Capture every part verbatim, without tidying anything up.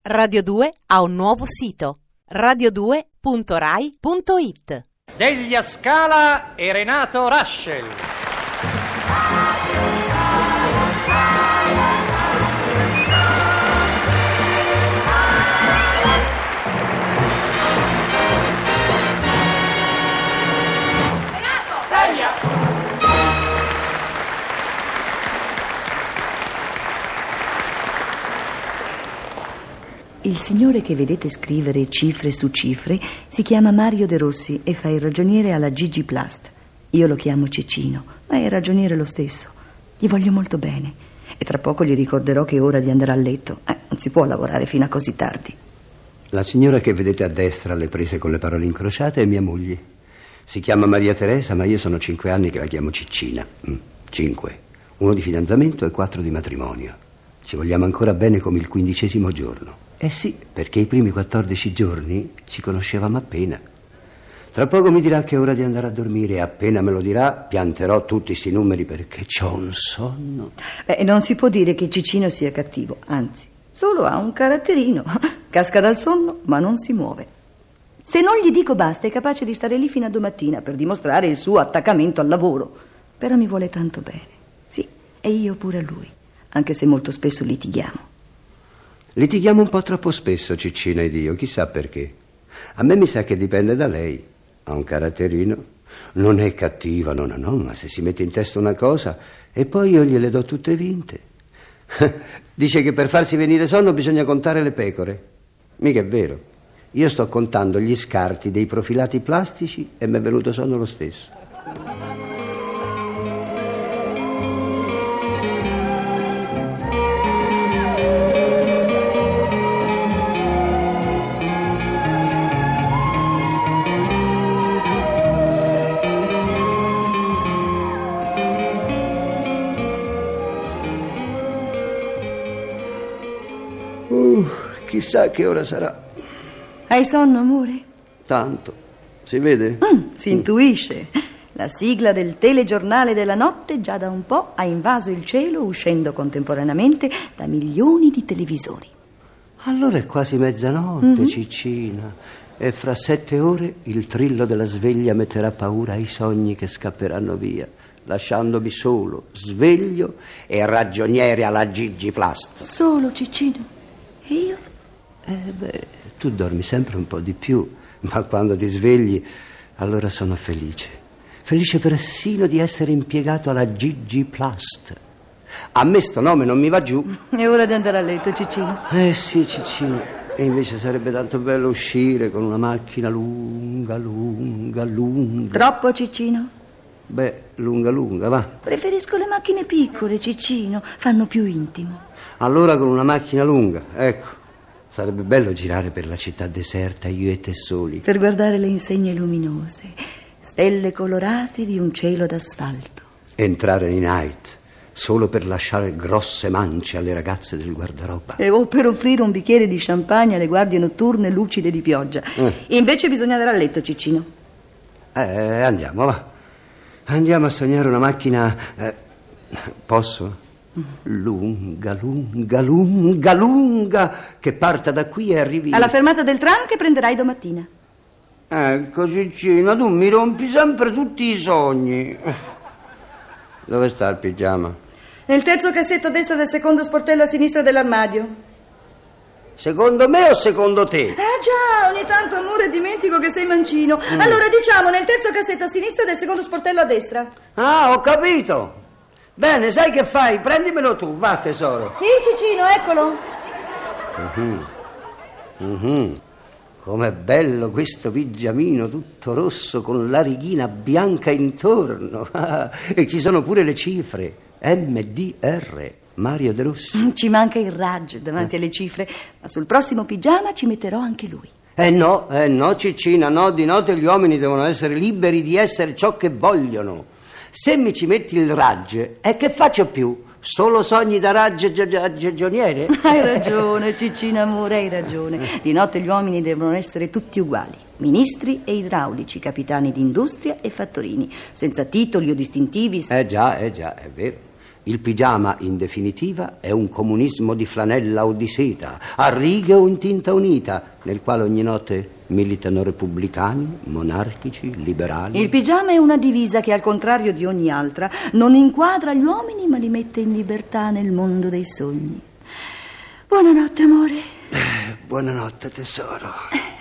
Radio due ha un nuovo sito, radio due punto rai punto it. Deglia Scala e Renato Raschel. Il signore che vedete scrivere cifre su cifre si chiama Mario De Rossi e fa il ragioniere alla Gigi Plast. Io lo chiamo Cicino, ma è ragioniere lo stesso. Gli voglio molto bene e tra poco gli ricorderò che è ora di andare a letto. Eh, non si può lavorare fino a così tardi. La signora che vedete a destra alle prese con le parole incrociate è mia moglie. Si chiama Maria Teresa, ma io sono cinque anni che la chiamo Ciccina. Mm, cinque. Uno di fidanzamento e quattro di matrimonio. Ci vogliamo ancora bene come il quindicesimo giorno. Eh sì, perché i primi quattordici giorni ci conoscevamo appena. Tra poco mi dirà che è ora di andare a dormire e appena me lo dirà pianterò tutti sti numeri perché c'ho un sonno. Eh, non si può dire che Cicino sia cattivo, anzi, solo ha un caratterino. Casca dal sonno, ma non si muove. Se non gli dico basta, è capace di stare lì fino a domattina per dimostrare il suo attaccamento al lavoro. Però mi vuole tanto bene. Sì, e io pure a lui, anche se molto spesso litighiamo. Litighiamo un po' troppo spesso, Ciccina ed io, chissà perché. A me mi sa che dipende da lei. Ha un caratterino. Non è cattiva, no, no, no, ma se si mette in testa una cosa e poi io gliele do tutte vinte. Dice che per farsi venire sonno bisogna contare le pecore. Mica è vero. Io sto contando gli scarti dei profilati plastici e mi è venuto sonno lo stesso. Uh, chissà che ora sarà. Hai sonno, amore? Tanto. Si vede? Mm, si mm. intuisce. La sigla del telegiornale della notte già da un po' ha invaso il cielo, uscendo contemporaneamente da milioni di televisori. Allora è quasi mezzanotte, mm-hmm. Ciccina. E fra sette ore il trillo della sveglia metterà paura ai sogni che scapperanno via, lasciandomi solo, sveglio e ragioniere alla Gigi Plast. Solo, Ciccino? E io? Eh beh, tu dormi sempre un po' di più, ma quando ti svegli, allora sono felice. Felice persino di essere impiegato alla Gigi Plast. A me sto nome non mi va giù. È ora di andare a letto, Ciccino. Eh sì, Ciccino. E invece sarebbe tanto bello uscire con una macchina lunga, lunga, lunga. Troppo, Ciccino? Beh, lunga, lunga, va. Preferisco le macchine piccole, Ciccino. Fanno più intimo. Allora con una macchina lunga, ecco. Sarebbe bello girare per la città deserta, io e te soli. Per guardare le insegne luminose, stelle colorate di un cielo d'asfalto. Entrare nei night, solo per lasciare grosse mance alle ragazze del guardaroba. E o per offrire un bicchiere di champagne alle guardie notturne lucide di pioggia. Eh. Invece bisogna andare a letto, Ciccino. Eh, andiamo, va. Andiamo a sognare una macchina... Eh, posso? Lunga, lunga, lunga, lunga, che parta da qui e arrivi... Alla fermata del tram che prenderai domattina. Ecco, Ciccino, tu mi rompi sempre tutti i sogni. Dove sta il pigiama? Nel terzo cassetto a destra del secondo sportello a sinistra dell'armadio. Secondo me o secondo te? Ah già, ogni tanto, amore, dimentico che sei mancino. Mm. Allora diciamo nel terzo cassetto a sinistra del secondo sportello a destra. Ah, ho capito. Bene, sai che fai? Prendimelo tu, va tesoro. Sì, Ciccino, eccolo. Mhm. Mhm. Com'è bello questo pigiamino tutto rosso con la righina bianca intorno. E ci sono pure le cifre. M D R, Mario De Rossi. Ci manca il Raj davanti eh. alle cifre, ma sul prossimo pigiama ci metterò anche lui. Eh no, eh no, Ciccina, no, di notte gli uomini devono essere liberi di essere ciò che vogliono. Se mi ci metti il Raj, e che faccio più? Solo sogni da ragioniere? Hai ragione, Ciccina, amore, hai ragione. Di notte gli uomini devono essere tutti uguali. Ministri e idraulici, capitani di industria e fattorini, senza titoli o distintivi. Eh già, eh già, è vero. Il pigiama, in definitiva, è un comunismo di flanella o di seta, a righe o in tinta unita, nel quale ogni notte militano repubblicani, monarchici, liberali. Il pigiama è una divisa che, al contrario di ogni altra, non inquadra gli uomini ma li mette in libertà nel mondo dei sogni. Buonanotte, amore. Eh, buonanotte, tesoro.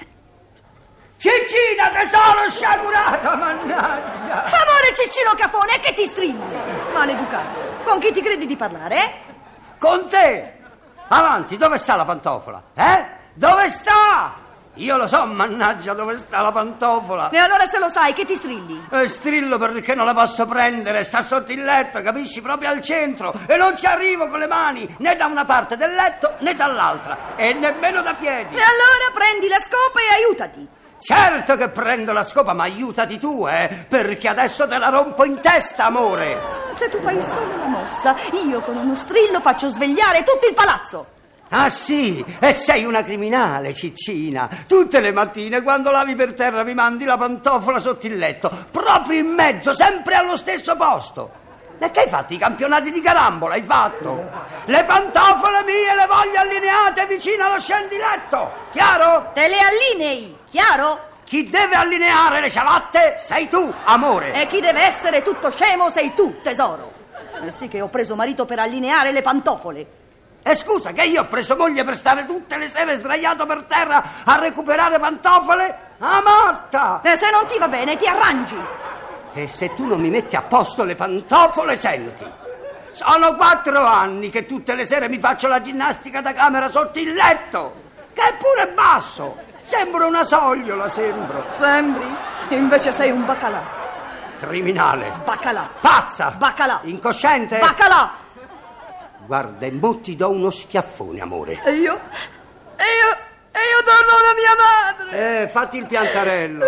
Ciccina, tesoro sciagurato, mannaggia! Amore Ciccino Cafone, che ti strilli? Maleducato. Con chi ti credi di parlare, eh? Con te! Avanti, dove sta la pantofola? Eh? Dove sta? Io lo so, mannaggia, dove sta la pantofola. E allora se lo sai, che ti strilli? E strillo perché non la posso prendere, sta sotto il letto, capisci? Proprio al centro. E non ci arrivo con le mani, né da una parte del letto né dall'altra. E nemmeno da piedi. E allora prendi la scopa e aiutati. Certo che prendo la scopa, ma aiutati tu, eh, perché adesso te la rompo in testa, amore. Se tu fai solo la mossa, io con uno strillo faccio svegliare tutto il palazzo. Ah sì, e sei una criminale, Ciccina. Tutte le mattine quando lavi per terra mi mandi la pantofola sotto il letto, proprio in mezzo, sempre allo stesso posto. E che hai fatto? I campionati di carambola hai fatto? Le pantofole mie le voglio allineate vicino allo scendiletto, chiaro? Te le allinei, chiaro? Chi deve allineare le ciabatte sei tu, amore. E chi deve essere tutto scemo sei tu, tesoro. Eh sì che ho preso marito per allineare le pantofole. E scusa, che io ho preso moglie per stare tutte le sere sdraiato per terra a recuperare pantofole? Ah, morta! E se non ti va bene ti arrangi. E se tu non mi metti a posto le pantofole, senti, sono quattro anni che tutte le sere mi faccio la ginnastica da camera sotto il letto, che è pure basso, sembro una sogliola, sembro. Sembri? Invece sei un baccalà. Criminale. Baccalà. Pazza. Baccalà. Incosciente. Baccalà. Guarda, e mo ti do uno schiaffone, amore. E io? E io? E io torno alla mia madre. Eh, fatti il piantarello.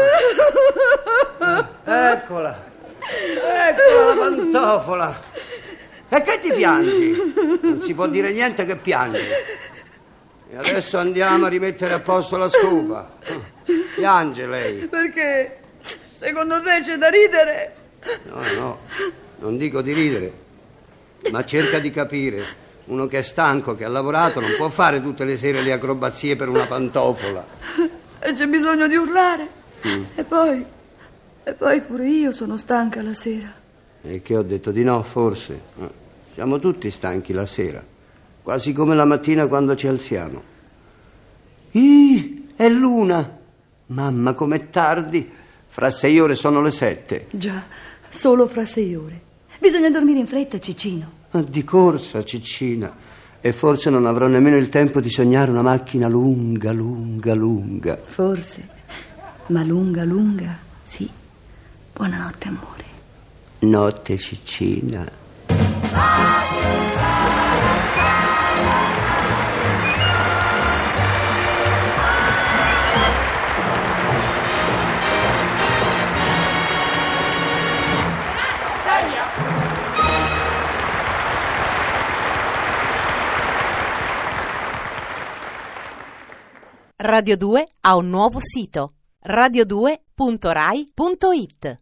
eh, eccola. Eccola la pantofola. E che ti piangi? Non si può dire niente che piangi. E adesso andiamo a rimettere a posto la scopa. Piange lei. Perché? Secondo te c'è da ridere? No, no, non dico di ridere, ma cerca di capire. Uno che è stanco, che ha lavorato, non può fare tutte le sere le acrobazie per una pantofola. E c'è bisogno di urlare. Mm. E poi, e poi pure io sono stanca la sera. E che ho detto di no, forse? Siamo tutti stanchi la sera, quasi come la mattina quando ci alziamo. Ih, è l'una. Mamma, com'è tardi. Fra sei ore sono le sette. Già, solo fra sei ore. Bisogna dormire in fretta, Ciccino. Ma di corsa, Ciccina. E forse non avrò nemmeno il tempo di sognare una macchina lunga, lunga, lunga. Forse, ma lunga, lunga, sì. Buonanotte, amore. Notte, Ciccina. Radio due ha un nuovo sito, radio due punto rai punto it.